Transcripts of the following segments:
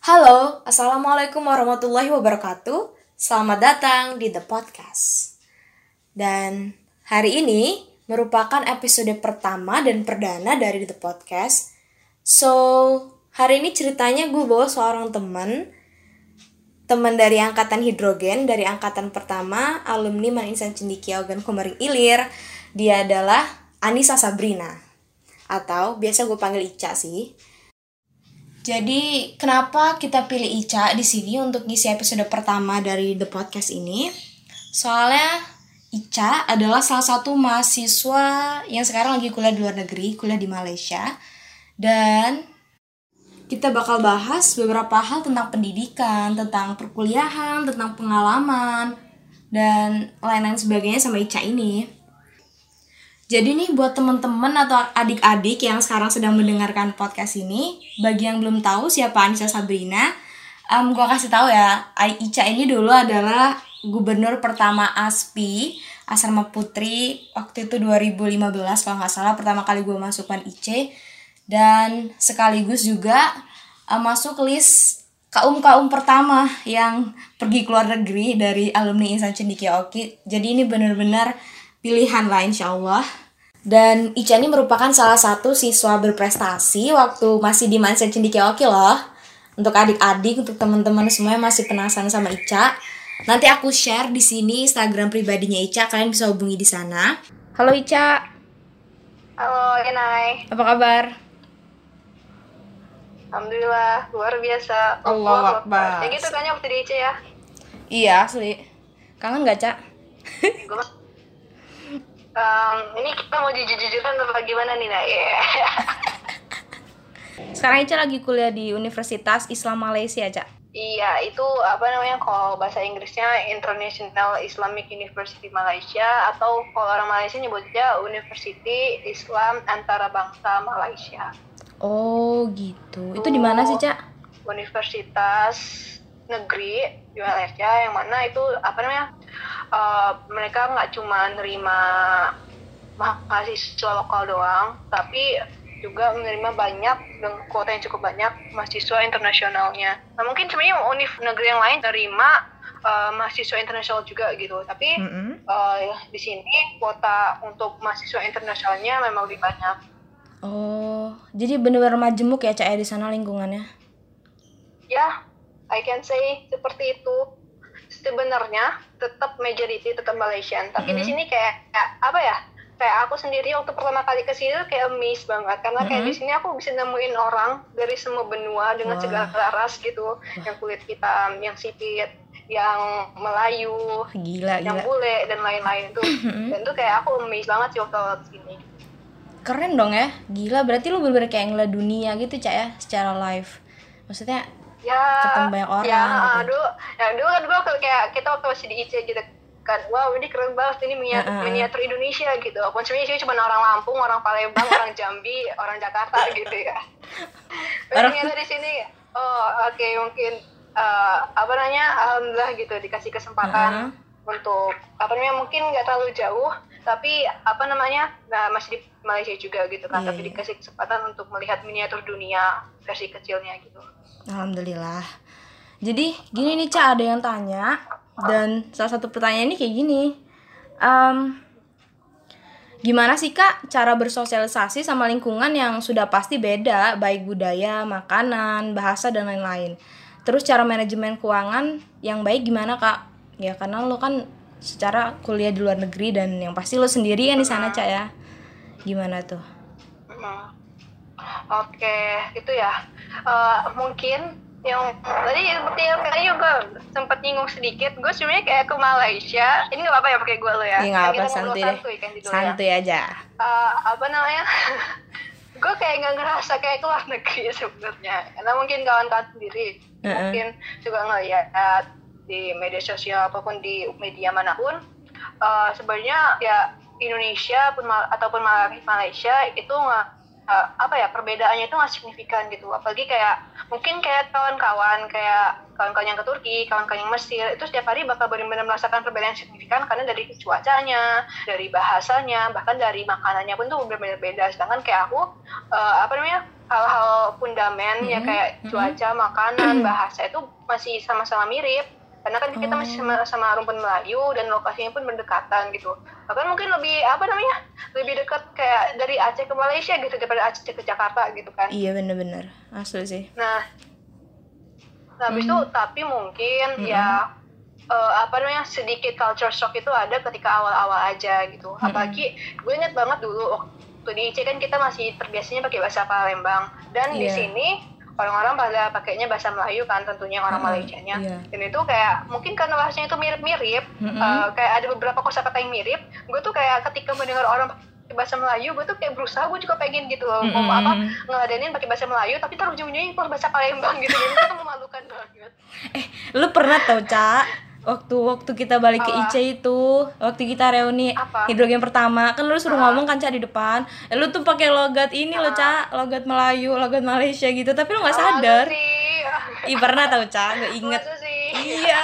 Halo, Assalamualaikum warahmatullahi wabarakatuh. Selamat datang di The Podcast. Dan hari ini merupakan episode pertama dan perdana dari The Podcast. So, hari ini ceritanya gue bawa seorang teman dari angkatan hidrogen, dari angkatan pertama, alumni Man Insan Cendekia Ogan Komering Ilir. Dia adalah Anissa Sabrina, atau biasa gue panggil Ica sih. Jadi, kenapa kita pilih Ica di sini untuk ngisi episode pertama dari The Podcast ini? Soalnya Ica adalah salah satu mahasiswa yang sekarang lagi kuliah di luar negeri, kuliah di Malaysia. Dan kita bakal bahas beberapa hal tentang pendidikan, tentang perkuliahan, tentang pengalaman, dan lain-lain sebagainya sama Ica ini. Jadi nih buat teman-teman atau adik-adik yang sekarang sedang mendengarkan podcast ini, bagi yang belum tahu siapa Anissa Sabrina, gue kasih tahu ya, Ica ini dulu adalah gubernur pertama ASPI, Asrama Putri, waktu itu 2015 kalau nggak salah, pertama kali gue masukkan IC, dan sekaligus juga masuk list kaum pertama yang pergi ke luar negeri dari alumni Insan Cendekia Oki. Jadi ini benar-benar pilihan lah insya Allah. Dan Ica ini merupakan salah satu siswa berprestasi waktu masih di Man Insan Cendekia Oki loh. Untuk adik-adik, untuk teman-teman semua yang masih penasaran sama Ica, nanti aku share di sini Instagram pribadinya Ica, kalian bisa hubungi di sana. Halo Ica. Halo Inai. Apa kabar? Alhamdulillah, luar biasa. Allahu Akbar. Ya gitu kan ya waktu di IC ya? Iya asli. Kangen gak, Cak? Ini kita mau jujur-jujuran apa gimana nih, Nay? Sekarang Ica lagi kuliah di Universitas Islam Malaysia, Cak. Iya, itu kalau bahasa Inggrisnya International Islamic University Malaysia, atau kalau orang Malaysia nyebutnya University Islam Antarabangsa Malaysia. Oh gitu. Itu di mana sih, Cak? Universitas negeri di Malaysia, yang mana itu mereka nggak cuma nerima mahasiswa lokal doang, tapi juga menerima banyak dengan kuota yang cukup banyak mahasiswa internasionalnya. Nah mungkin sebenarnya univ negeri yang lain terima mahasiswa internasional juga gitu, tapi di sini kuota untuk mahasiswa internasionalnya memang lebih banyak. Oh, jadi benar-benar majemuk ya Cak ya di sana lingkungannya? Ya, I can say seperti itu. Sebenarnya tetap majority tetap Malaysian, tapi di sini kayak aku sendiri waktu pertama kali ke sini kayak amazed banget, karena kayak di sini aku bisa nemuin orang dari semua benua dengan segala ras gitu, yang kulit hitam, yang sipit, yang Melayu, yang bule dan lain-lain itu. Dan itu kayak aku amazed banget sih waktu sini. Keren dong ya, gila, berarti lu bener-bener kayak ngeliat dunia gitu Cak ya, secara live. Maksudnya ketemu banyak orang gitu. Dulu kan gue kayak kita waktu masih di IC gitu kan, wow ini keren banget, ini miniatur Indonesia gitu. Walaupun sebenarnya cuma orang Lampung, orang Palembang, orang Jambi, orang Jakarta gitu ya. Ternyata di sini, mungkin alhamdulillah gitu dikasih kesempatan untuk mungkin nggak terlalu jauh, tapi masih di Malaysia juga gitu kan, tapi dikasih kesempatan untuk melihat miniatur dunia versi kecilnya gitu. Alhamdulillah. Jadi gini nih Cak, ada yang tanya, dan salah satu pertanyaan ini kayak gini, gimana sih Kak cara bersosialisasi sama lingkungan yang sudah pasti beda, baik budaya, makanan, bahasa, dan lain-lain. Terus cara manajemen keuangan yang baik gimana Kak? Ya karena lo kan secara kuliah di luar negeri, dan yang pasti lo sendiri kan di sana Cak ya. Gimana tuh? Oke, itu ya. Mungkin yang tadi seperti yang tadi juga sempat nyinggung sedikit, gue sebenarnya kayak ke Malaysia. Ini nggak apa-apa ya pakai gue lo ya? Iya nggak apa, santuy deh. Santuy aja. Gue kayak nggak ngerasa kayak keluar negeri sebenarnya, karena mungkin kawan-kawan sendiri mungkin juga ngeliat di media sosial ataupun di media manapun, sebenarnya ya Indonesia ataupun Malaysia itu nggak perbedaannya itu nggak signifikan gitu. Apalagi kayak mungkin kayak kawan-kawan yang ke Turki, kawan-kawan yang Mesir, itu setiap hari bakal benar-benar merasakan perbedaan signifikan, karena dari cuacanya, dari bahasanya, bahkan dari makanannya pun tuh benar-benar beda. Sedangkan kayak aku hal-hal fundamen ya kayak cuaca, makanan, bahasa itu masih sama-sama mirip. Karena kan kita masih sama rumpun Melayu dan lokasinya pun berdekatan gitu. Bahkan mungkin lebih dekat kayak dari Aceh ke Malaysia gitu daripada Aceh ke Jakarta gitu kan. Iya benar-benar asli sih. Nah habis itu tapi mungkin sedikit culture shock itu ada ketika awal-awal aja gitu. Apalagi gue inget banget dulu waktu di IC kan kita masih terbiasanya pakai bahasa Palembang dan di sini orang-orang pada pakainya bahasa Melayu kan, tentunya orang Malaysianya. Dan itu kayak mungkin karena bahasanya itu mirip-mirip, kayak ada beberapa kosakata yang mirip. Gue tuh kayak ketika mendengar orang pakai bahasa Melayu, gue tuh kayak berusaha, gue juga pengen gitu loh, ngeladenin pakai bahasa Melayu, tapi terus ujung-ujungnya itu bahasa Palembang gitu. Jadi itu memalukan banget. Lu pernah tau, Cak? Waktu kita balik ke IC itu, waktu kita reuni hidrogen pertama, kan lu suruh ngomong kan, Cak, di depan. Lu tuh pakai logat ini loh, Cak, logat Melayu, logat Malaysia gitu, tapi lu nggak sadar. Ih, pernah tau, Cak, nggak inget. Iya.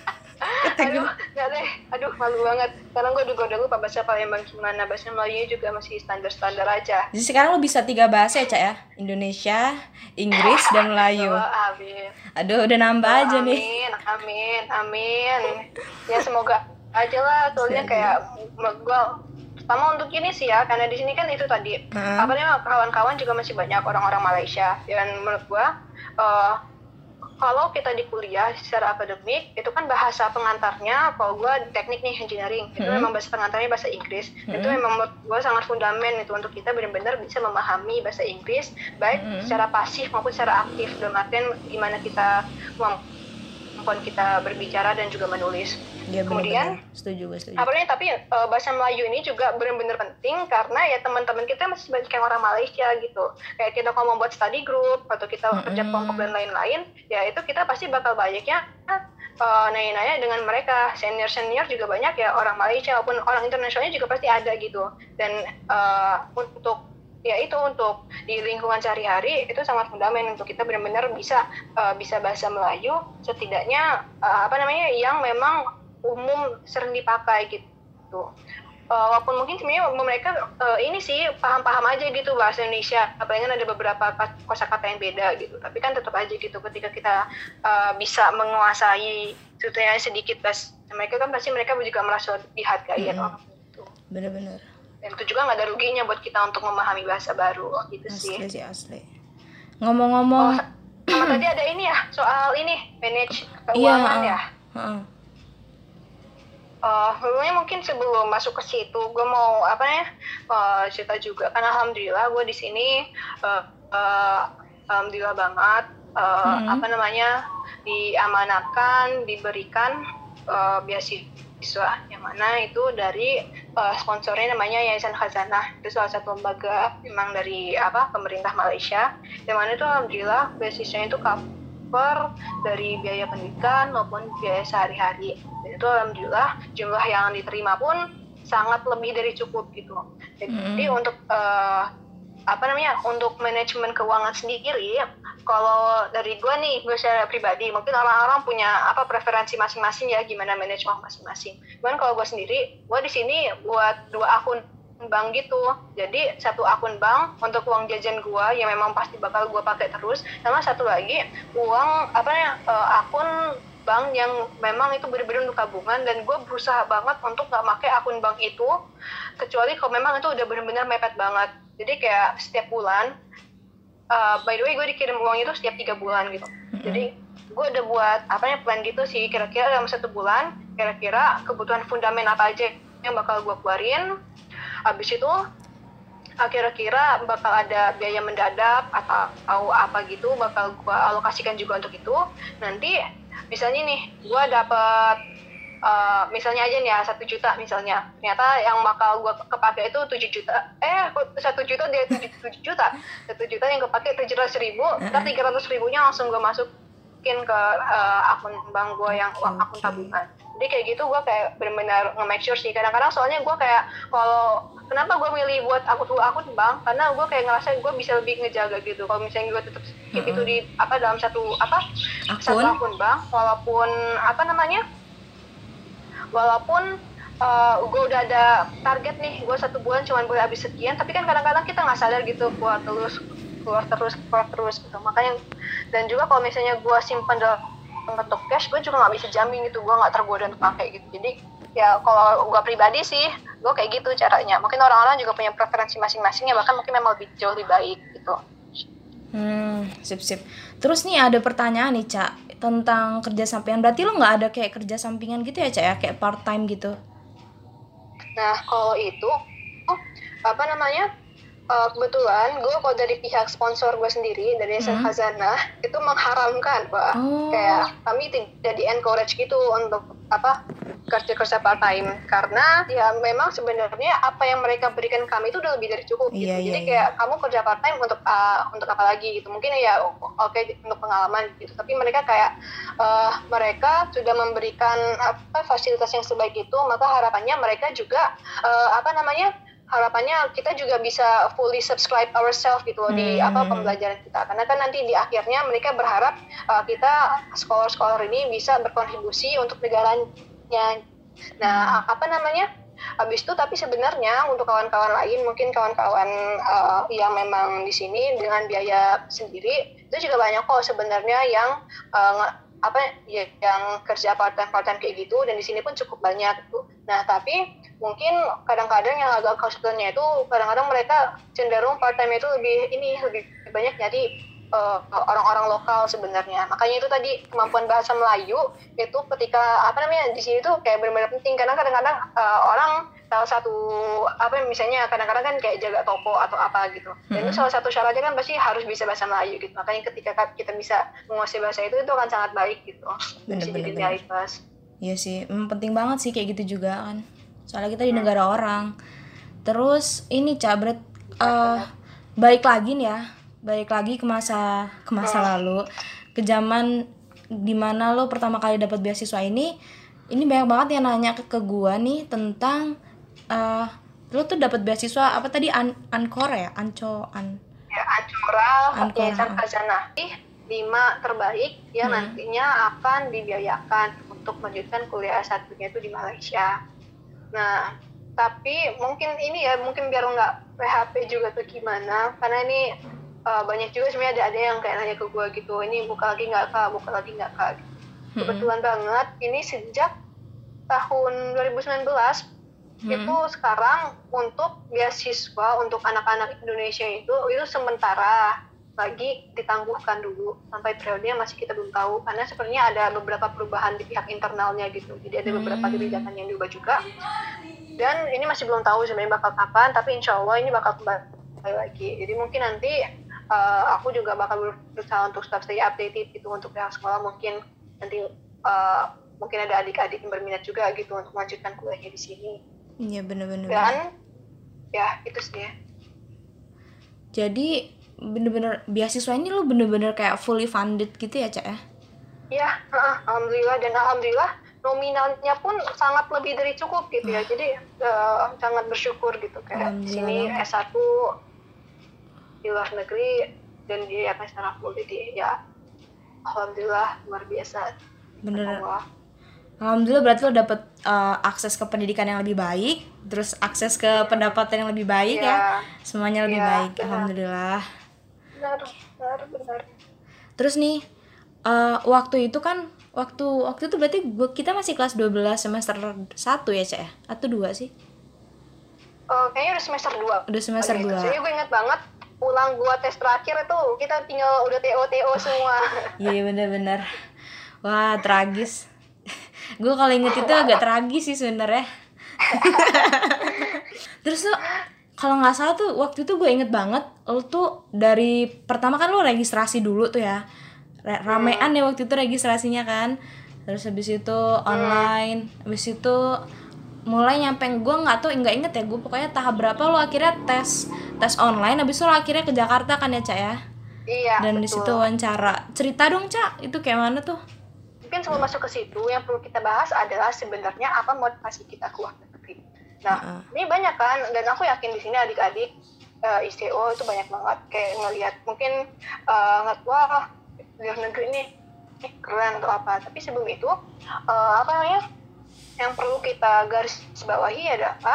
Aduh, malu banget. Sekarang gue udah lupa bahasa Palembang gimana, bahasa Melayu juga masih standar-standar aja. Jadi sekarang lu bisa 3 bahasa ya, Cak ya? Indonesia, Inggris, dan Melayu. Aduh, udah nambah aja nih. Amin. Ya semoga aja lah, soalnya kayak gue pertama untuk ini sih ya, karena di sini kan itu tadi kawan-kawan juga masih banyak orang-orang Malaysia, dan menurut gue kalau kita di kuliah secara akademik itu kan bahasa pengantarnya, kalau gue teknik nih engineering itu memang bahasa pengantarnya bahasa Inggris. Itu memang menurut gue sangat fundament itu untuk kita benar-benar bisa memahami bahasa Inggris baik secara pasif maupun secara aktif, dalam artian gimana kita kemampuan kita berbicara dan juga menulis. Ya, kemudian setuju. Tapi bahasa Melayu ini juga benar-benar penting karena ya teman-teman kita masih banyak yang orang Malaysia gitu. Kayak kita kalau membuat study group atau kita kerja kelompok dan lain-lain, ya itu kita pasti bakal banyaknya nanya-nanya dengan mereka. Senior juga banyak ya orang Malaysia maupun orang internasionalnya juga pasti ada gitu. Dan untuk di lingkungan sehari-hari itu sangat fundamental untuk kita benar-benar bisa bahasa Melayu setidaknya yang memang umum sering dipakai gitu. Walaupun mungkin sebenarnya mereka ini sih paham-paham aja gitu bahasa Indonesia, apalagi ada beberapa kosakata yang beda gitu. Tapi kan tetap aja gitu ketika kita bisa menguasai setidaknya sedikit bahasa mereka kan pasti mereka juga merasa dihargai atau gitu. Benar-benar. Dan itu juga nggak ada ruginya buat kita untuk memahami bahasa baru gitu sih. Asli. Ngomong-ngomong, sama tadi ada ini ya soal ini manage keuangan ya. Sebelumnya mungkin sebelum masuk ke situ gue mau cerita juga kan alhamdulillah gue di sini alhamdulillah banget diamanahkan, diberikan beasiswa yang mana itu dari sponsornya namanya Yayasan Khazanah. Itu salah satu lembaga memang dari pemerintah Malaysia, yang mana itu alhamdulillah beasiswanya itu cover dari biaya pendidikan maupun biaya sehari-hari. Dan itu alhamdulillah jumlah yang diterima pun sangat lebih dari cukup gitu. Jadi untuk untuk manajemen keuangan sendiri, kalau dari gue secara pribadi, mungkin orang-orang punya preferensi masing-masing ya gimana manage uang masing-masing. Cuman kalau gue sendiri, gue di sini buat 2 akun bank gitu. Jadi 1 akun bank untuk uang jajan gue yang memang pasti bakal gue pakai terus, sama 1 lagi uang akun bank yang memang itu benar-benar untuk tabungan, dan gue berusaha banget untuk nggak pakai akun bank itu kecuali kalau memang itu udah benar-benar mepet banget. Jadi kayak setiap bulan, by the way gue dikirim uang itu setiap 3 bulan gitu. Jadi gue udah buat plan gitu sih, kira-kira dalam 1 bulan kira-kira kebutuhan fundament apa aja yang bakal gue keluarin. Habis itu kira-kira bakal ada biaya mendadak atau apa gitu bakal gue alokasikan juga untuk itu. Nanti misalnya nih gue dapet misalnya aja nih ya 1 juta misalnya, ternyata yang bakal gue kepake itu 7 juta 1 juta dia 7 juta 1 juta yang kepake 700.000, ntar 300.000 nya langsung gue masukin ke akun bank gue yang akun tabungan. Jadi kayak gitu gue kayak benar-benar nge-make sure sih. Kadang-kadang soalnya gue kayak kenapa gue milih buat akun bank, karena gue kayak ngerasa gue bisa lebih ngejaga gitu. Kalau misalnya gue tetap skip itu di dalam satu akun bank, walaupun gue udah ada target nih, gue 1 bulan cuma boleh habis sekian, tapi kan kadang-kadang kita nggak sadar gitu buat terus keluar terus gitu. Makanya, dan juga kalau misalnya gue simpan dalam bentuk cash, gue juga nggak bisa jamin gitu, gue nggak tergoda untuk pakai gitu. Jadi ya kalau gue pribadi sih, gue kayak gitu caranya. Mungkin orang-orang juga punya preferensi masing-masing ya, bahkan mungkin memang jauh lebih baik gitu. Sip. Terus nih ada pertanyaan nih, Cak, tentang kerja sampingan. Berarti lo nggak ada kayak kerja sampingan gitu ya, Cak, ya? Kayak part time gitu? Nah, kalau itu, kebetulan gue kalau dari pihak sponsor gue sendiri, dari Yayasan Khazanah, itu mengharamkan, Pak. Kayak kami tidak di-encourage gitu untuk kerja part time, karena ya memang sebenarnya apa yang mereka berikan kami itu udah lebih dari cukup gitu. Jadi kayak kamu kerja part time untuk apa lagi gitu, mungkin ya oke, untuk pengalaman gitu, tapi mereka kayak mereka sudah memberikan fasilitas yang sebaik itu, maka harapannya mereka juga harapannya kita juga bisa fully subscribe ourselves gitu loh di pembelajaran kita, karena kan nanti di akhirnya mereka berharap kita scholar ini bisa berkontribusi untuk negaranya. Nah, habis itu tapi sebenarnya untuk kawan-kawan lain, mungkin kawan-kawan yang memang di sini dengan biaya sendiri, itu juga banyak kok sebenarnya yang yang kerja part time kayak gitu, dan di sini pun cukup banyak gitu. Nah, tapi mungkin kadang-kadang yang agak kesulitannya itu kadang-kadang mereka cenderung part time itu lebih banyak nyari orang-orang lokal sebenarnya. Makanya itu tadi kemampuan bahasa Melayu itu ketika di sini tuh kayak benar-benar penting, karena kadang-kadang orang salah satu misalnya kadang-kadang kan kayak jaga toko atau apa gitu. Dan itu salah satu syaratnya kan pasti harus bisa bahasa Melayu gitu. Makanya ketika kita bisa menguasai bahasa itu akan sangat baik gitu. Bisa jadi realitas. Iya sih, penting banget sih kayak gitu juga kan. Soalnya kita di negara orang. Terus ini Cabret, balik lagi ke masa lalu, ke zaman dimana lo pertama kali dapat beasiswa ini banyak banget yang nanya ke gua nih tentang lo tuh dapat beasiswa apa tadi, Ancora ya, Ancora Yayasan Khazanah 5 terbaik yang nantinya akan dibiayakan untuk melanjutkan kuliah S1-nya itu di Malaysia. Nah, tapi mungkin biar nggak PHP juga tuh gimana, karena ini banyak juga sebenarnya ada yang kayak nanya ke gue gitu, ini buka lagi nggak kak. Kebetulan banget ini sejak tahun 2019 itu sekarang untuk beasiswa untuk anak-anak Indonesia itu sementara lagi ditangguhkan dulu sampai periodenya masih kita belum tahu, karena sebenarnya ada beberapa perubahan di pihak internalnya gitu, jadi ada beberapa kebijakan yang diubah juga, dan ini masih belum tahu sebenarnya bakal kapan, tapi insya Allah ini bakal kembali lagi. Jadi mungkin nanti aku juga bakal berusaha untuk stay updated gitu untuk pihak sekolah, mungkin nanti mungkin ada adik-adik yang berminat juga gitu untuk melanjutkan kuliahnya di sini. Iya benar-benar. Dan ya itu sih ya. Jadi bener-bener beasiswa ini lo bener-bener kayak fully funded gitu ya, Cak ya? Iya, alhamdulillah, dan alhamdulillah nominalnya pun sangat lebih dari cukup gitu ya. Jadi sangat bersyukur gitu, kayak sini S1 di luar negeri dan dia akan secara full, jadi ya alhamdulillah luar biasa. Bener. Alhamdulillah berarti lo dapet akses ke pendidikan yang lebih baik, terus akses ke pendapatan yang lebih baik ya. Semuanya lebih baik, benar. Alhamdulillah. Benar. Terus nih waktu itu berarti kita masih kelas 12 semester 1 ya, Cak ya? Atau 2 sih? Kayaknya udah semester 2. Udah semester 2. Jadi gue ingat banget pulang gua tes terakhir itu kita tinggal udah TO semua. Iya benar. Wah, tragis. Gue kalau inget itu agak tragis sih sebenarnya. Terus tuh kalau nggak salah tuh waktu itu gue inget banget, lo tuh dari pertama kan lo registrasi dulu tuh ya, ramean ya waktu itu registrasinya kan. Terus habis itu online, habis itu mulai nyampe gue nggak inget ya gue, pokoknya tahap berapa lo akhirnya tes online, habis itu lo akhirnya ke Jakarta kan ya, Cak ya? Iya. Dan di situ wawancara. Cerita dong, Cak, itu kayak mana tuh? Mungkin sebelum masuk ke situ yang perlu kita bahas adalah sebenarnya apa motivasi kita keluar negeri. Nah, ini banyak kan, dan aku yakin di sini adik-adik ICO itu banyak banget kayak ngelihat mungkin wah luar negeri nih keren atau apa. Tapi sebelum itu yang perlu kita garis bawahi adalah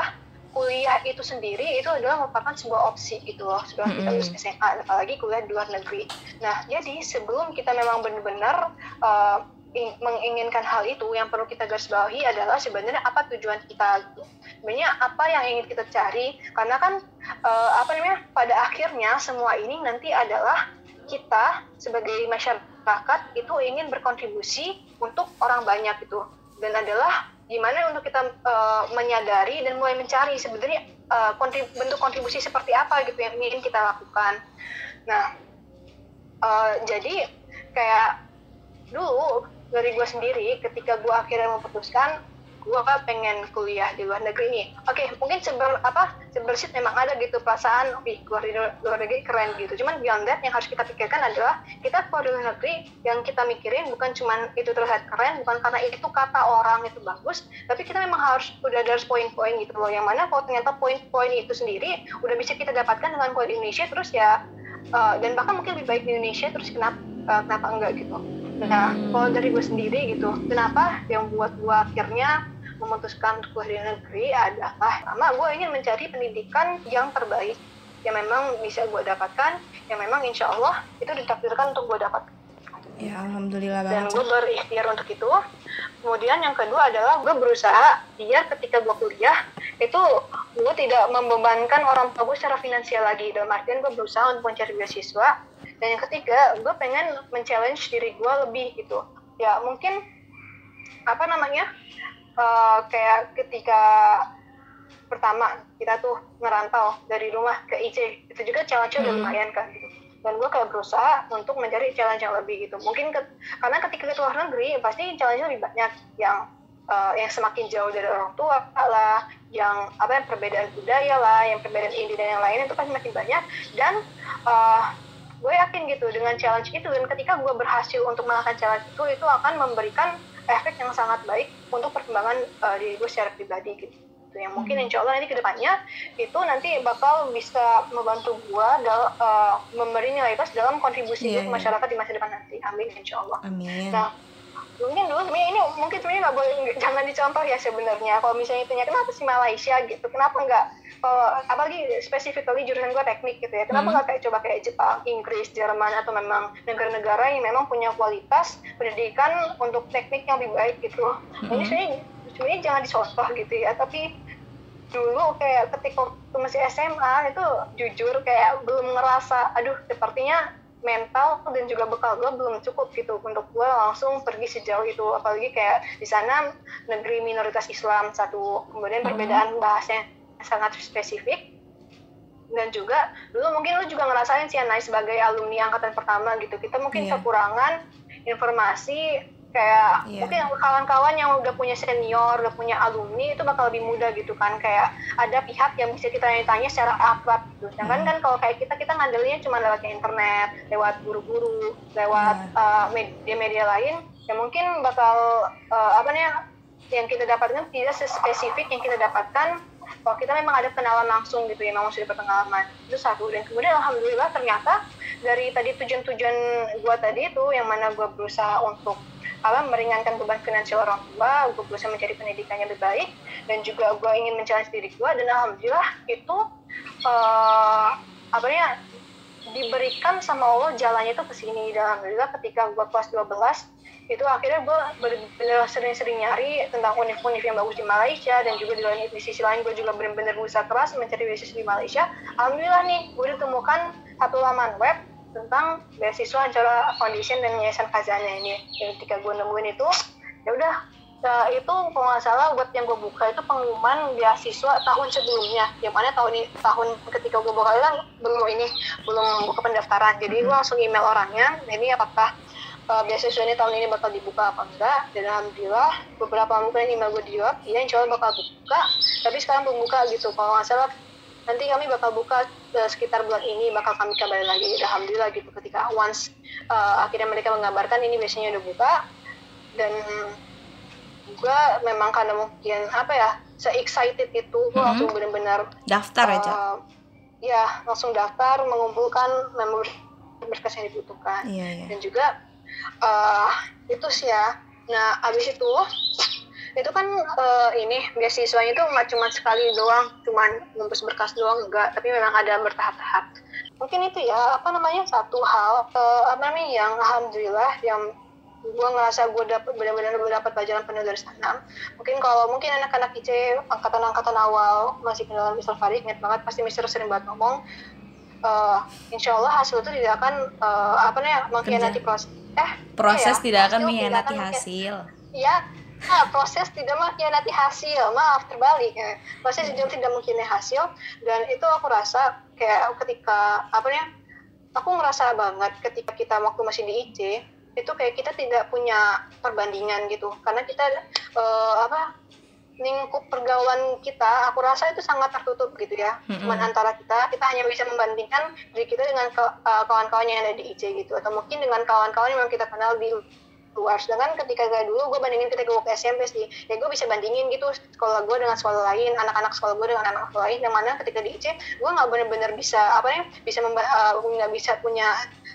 kuliah itu sendiri itu adalah merupakan sebuah opsi gitu loh setelah kita lulus SMA, apalagi kuliah di luar negeri. Nah, jadi sebelum kita memang benar-benar menginginkan hal itu, yang perlu kita garis bawahi adalah sebenarnya apa tujuan kita gitu. Sebenarnya apa yang ingin kita cari, karena kan pada akhirnya semua ini nanti adalah kita sebagai masyarakat itu ingin berkontribusi untuk orang banyak gitu, dan adalah gimana untuk kita menyadari dan mulai mencari sebenarnya bentuk kontribusi seperti apa gitu yang ingin kita lakukan. Nah, jadi kayak dulu dari gue sendiri ketika gue akhirnya memutuskan gue pengen kuliah di luar negeri nih. Oke, mungkin sebersit memang ada gitu perasaan, keluar di luar negeri keren gitu. Cuman beyond that yang harus kita pikirkan adalah kita keluar di luar negeri yang kita mikirin bukan cuman itu terlihat keren, bukan karena itu kata orang itu bagus, tapi kita memang harus udah ada poin-poin gitu loh. Yang mana kalau ternyata poin-poin itu sendiri udah bisa kita dapatkan dengan kuliah di Indonesia terus ya, dan bahkan mungkin lebih baik di Indonesia terus kenapa enggak gitu. Nah, kalau dari gue sendiri gitu, kenapa yang buat gue akhirnya memutuskan untuk kuliah di negeri adalah pertama, gue ingin mencari pendidikan yang terbaik yang memang bisa gue dapatkan, yang memang insya Allah itu ditakdirkan untuk gue dapatkan. Ya, alhamdulillah banget. Dan gue berikhtiar untuk itu. Kemudian yang kedua adalah gue berusaha biar ketika gue kuliah itu gue tidak membebankan orang tua gue secara finansial lagi. Dalam artian gue berusaha untuk mencari beasiswa. Dan yang ketiga, gue pengen men-challenge diri gue lebih gitu. Ya mungkin kayak ketika pertama kita tuh ngerantau dari rumah ke IC, itu juga challenge-nya udah lumayan kan gitu. Dan gue kayak berusaha untuk mencari challenge yang lebih gitu. Mungkin karena ketika ke luar negeri pasti challenge-nya lebih banyak, yang semakin jauh dari orang tua lah, yang perbedaan budaya lah, yang perbedaan ide dan yang lain itu pasti makin banyak. Dan gue yakin gitu dengan challenge itu, dan ketika gue berhasil untuk melakukan challenge itu akan memberikan efek yang sangat baik untuk perkembangan diri gue secara pribadi gitu. Yang mungkin insya Allah nanti kedepannya itu nanti bakal bisa membantu gue memberi nilai plus dalam kontribusi gue ke masyarakat di masa depan nanti. Amin insya Allah. Amin. Nah, mungkin dulu ini mungkin sebenarnya nggak boleh, jangan dicontoh ya sebenarnya. Kalau misalnya tanya kenapa sih Malaysia gitu, kenapa nggak apalagi specifically jurusan gue teknik gitu ya, kenapa nggak coba kayak Jepang, Inggris, Jerman, atau memang negara-negara yang memang punya kualitas pendidikan untuk teknik yang lebih baik gitu. Ini sebenarnya jangan dicontoh gitu ya, tapi dulu kayak ketika waktu masih SMA itu jujur kayak belum ngerasa sepertinya mental dan juga bekal gue belum cukup gitu untuk gue langsung pergi sejauh itu, apalagi kayak di sana negeri minoritas Islam satu, kemudian perbedaan bahasanya sangat spesifik, dan juga dulu mungkin lu juga ngerasain sih Anai sebagai alumni angkatan pertama gitu, kita mungkin kekurangan informasi kayak mungkin kawan-kawan yang udah punya senior, udah punya alumni itu bakal lebih mudah gitu kan, kayak ada pihak yang bisa kita tanya secara akrab gitu. Sedangkan kan kalau kayak kita ngandelinnya cuma lewat internet, lewat guru-guru, lewat media-media lain, ya mungkin bakal yang kita dapatkan tidak sespesifik yang kita dapatkan kalau kita memang ada kenalan langsung gitu ya, memang sudah berpengalaman. Itu satu. Dan kemudian alhamdulillah ternyata dari tadi tujuan-tujuan gue tadi itu, yang mana gue berusaha untuk meringankan beban finansial orang tua, gue berusaha mencari pendidikan yang lebih baik, dan juga gue ingin men-challenge diri gue, dan alhamdulillah itu diberikan sama Allah jalannya itu kesini. Dan alhamdulillah ketika gue kelas 12 itu akhirnya gue benar-benar sering-sering nyari tentang univ-univ yang bagus di Malaysia, dan juga di sisi lain gue juga benar-benar berusaha keras mencari beasiswa di Malaysia. Alhamdulillah nih gue ditemukan satu laman web tentang beasiswa antara Foundation dan Yayasan Khazanah ini. Dan ketika gue nemuin itu, ya udah, itu kalau nggak salah web yang gue buka itu pengumuman beasiswa tahun sebelumnya, yang mana tahun ketika gue buka itu belum buka pendaftaran. Jadi gue langsung email orangnya, ini apakah beasiswa ini tahun ini bakal dibuka apa enggak. Dan alhamdulillah beberapa mungkin email gue dijawab, iya insya Allah bakal buka, tapi sekarang belum buka gitu. Kalau nggak salah nanti kami bakal buka sekitar bulan ini, bakal kami kabarin lagi. Alhamdulillah gitu, ketika once akhirnya mereka mengabarkan ini biasanya udah buka. Dan gue memang karena mungkin se-excited itu, gue langsung benar-benar daftar aja. Ya langsung daftar, mengumpulkan berkas yang dibutuhkan. Dan juga itu sih ya. Nah abis itu itu kan ini beasiswanya itu nggak cuma sekali doang, cuman ngurus berkas doang, enggak, tapi memang ada bertahap-tahap. Mungkin itu ya satu hal yang alhamdulillah yang gue ngerasa gue benar-benar dapat pelajaran penuh dari sana. Mungkin anak-anak IC angkatan awal masih kenalan Mr. Farid, ingat banget pasti Mr. sering banget ngomong insya Allah hasil itu tidak akan mengkhianati proses tidak akan mengkhianati hasil. Iya, proses tidak mengkhianati hasil, maaf terbalik ya. Proses tidak mengkhianati hasil, dan itu aku rasa kayak ketika aku ngerasa banget ketika kita waktu masih di IC itu kayak kita tidak punya perbandingan gitu, karena kita lingkup pergaulan kita aku rasa itu sangat tertutup gitu ya. Cuman antara kita hanya bisa membandingkan diri kita dengan kawan-kawan yang ada di IC gitu, atau mungkin dengan kawan-kawan yang kita kenal di luar. Sedangkan ketika dulu gue bandingin ketika gue ke SMP sih, ya gue bisa bandingin gitu sekolah gue dengan sekolah lain, anak-anak sekolah gue dengan anak-anak sekolah lain, yang mana ketika di IC gue nggak benar-benar bisa nggak bisa punya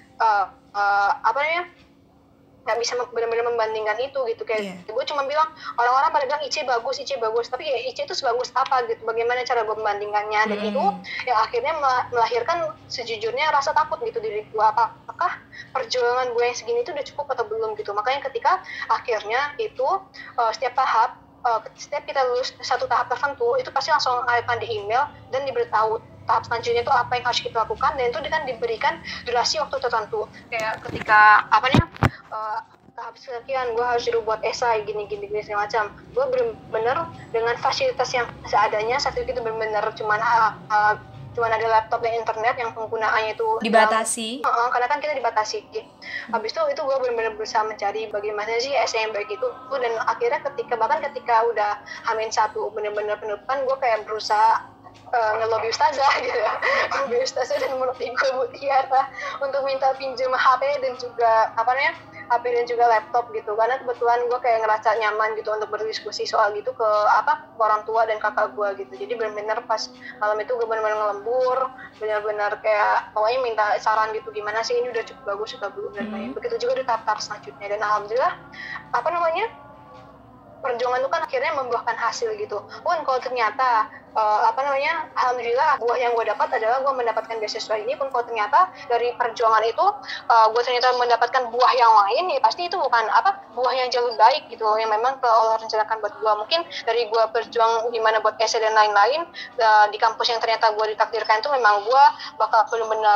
nggak bisa benar-benar membandingkan itu gitu. Kayak gue cuma bilang orang-orang pada bilang IC bagus, tapi ya IC itu sebagus apa gitu, bagaimana cara gue membandingkannya. Dan itu yang akhirnya melahirkan sejujurnya rasa takut gitu diri gue, apakah perjuangan gue yang segini itu udah cukup atau belum gitu. Makanya ketika akhirnya itu setiap kita lulus satu tahap tertentu itu pasti langsung akan di email dan diberitahu tahap selanjutnya itu apa yang harus kita lakukan, dan itu kan diberikan durasi waktu tertentu. Kayak ketika tahap sekian gue harus buat esai gini segala macam, gue bener-bener dengan fasilitas yang seadanya. Saat itu bener-bener cuman ada laptop dan internet yang penggunaannya itu dibatasi. Karena kan kita dibatasi. Habis itu gue benar-benar berusaha mencari bagaimana sih essay yang baik itu, dan akhirnya ketika udah H-1 benar-benar penutupan, gue kayak berusaha ngelobi ustazah gitu ya. Ngelobi ustazah dan melobi gue Mutiara untuk minta pinjam HP dan juga HP dan juga laptop gitu, karena kebetulan gue kayak ngerasa nyaman gitu untuk berdiskusi soal gitu ke orang tua dan kakak gue gitu. Jadi benar-benar pas malam itu gue benar-benar ngelembur, benar-benar kayak pokoknya minta saran gitu, gimana sih ini udah cukup bagus atau belum dan lain. Begitu juga di tahap selanjutnya, dan alhamdulillah perjuangan itu kan akhirnya membuahkan hasil gitu. Pun kalau ternyata alhamdulillah buah yang gue dapat adalah gue mendapatkan beasiswa ini, pun kalau ternyata dari perjuangan itu gue ternyata mendapatkan buah yang lain, ya pasti itu bukan buah yang jauh baik gitu, yang memang Allah rencanakan buat gue. Mungkin dari gue berjuang gimana buat essay dan lain-lain di kampus yang ternyata gue ditakdirkan itu memang gue bakal benar-benar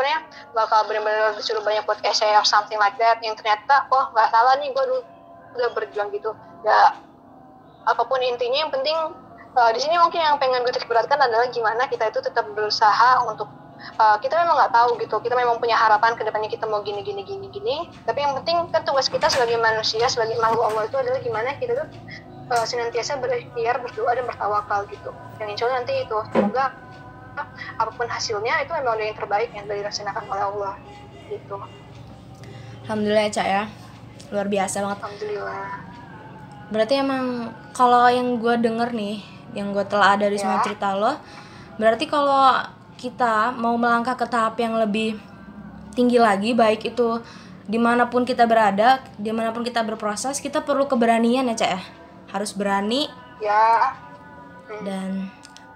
disuruh banyak buat essay or something like that, yang ternyata nggak salah nih, gue udah berjuang gitu. Ya apapun intinya, yang penting di sini mungkin yang pengen gue titikberatkan adalah gimana kita itu tetap berusaha untuk kita memang nggak tahu gitu, kita memang punya harapan ke depannya kita mau gini, tapi yang penting kan tugas kita sebagai manusia, sebagai makhluk Allah itu adalah gimana kita tuh senantiasa berikhtiar, berdoa dan bertawakal gitu. Yang insya Allah nanti itu semoga apapun hasilnya itu memang udah yang terbaik yang dilaksanakan oleh Allah gitu. Alhamdulillah ya Cak ya, luar biasa banget. Alhamdulillah. Berarti emang kalau yang gue denger nih, yang gue telah ada di semua cerita lo, berarti kalau kita mau melangkah ke tahap yang lebih tinggi lagi, baik itu dimanapun kita berada, dimanapun kita berproses, kita perlu keberanian ya Cak ya, harus berani ya. Dan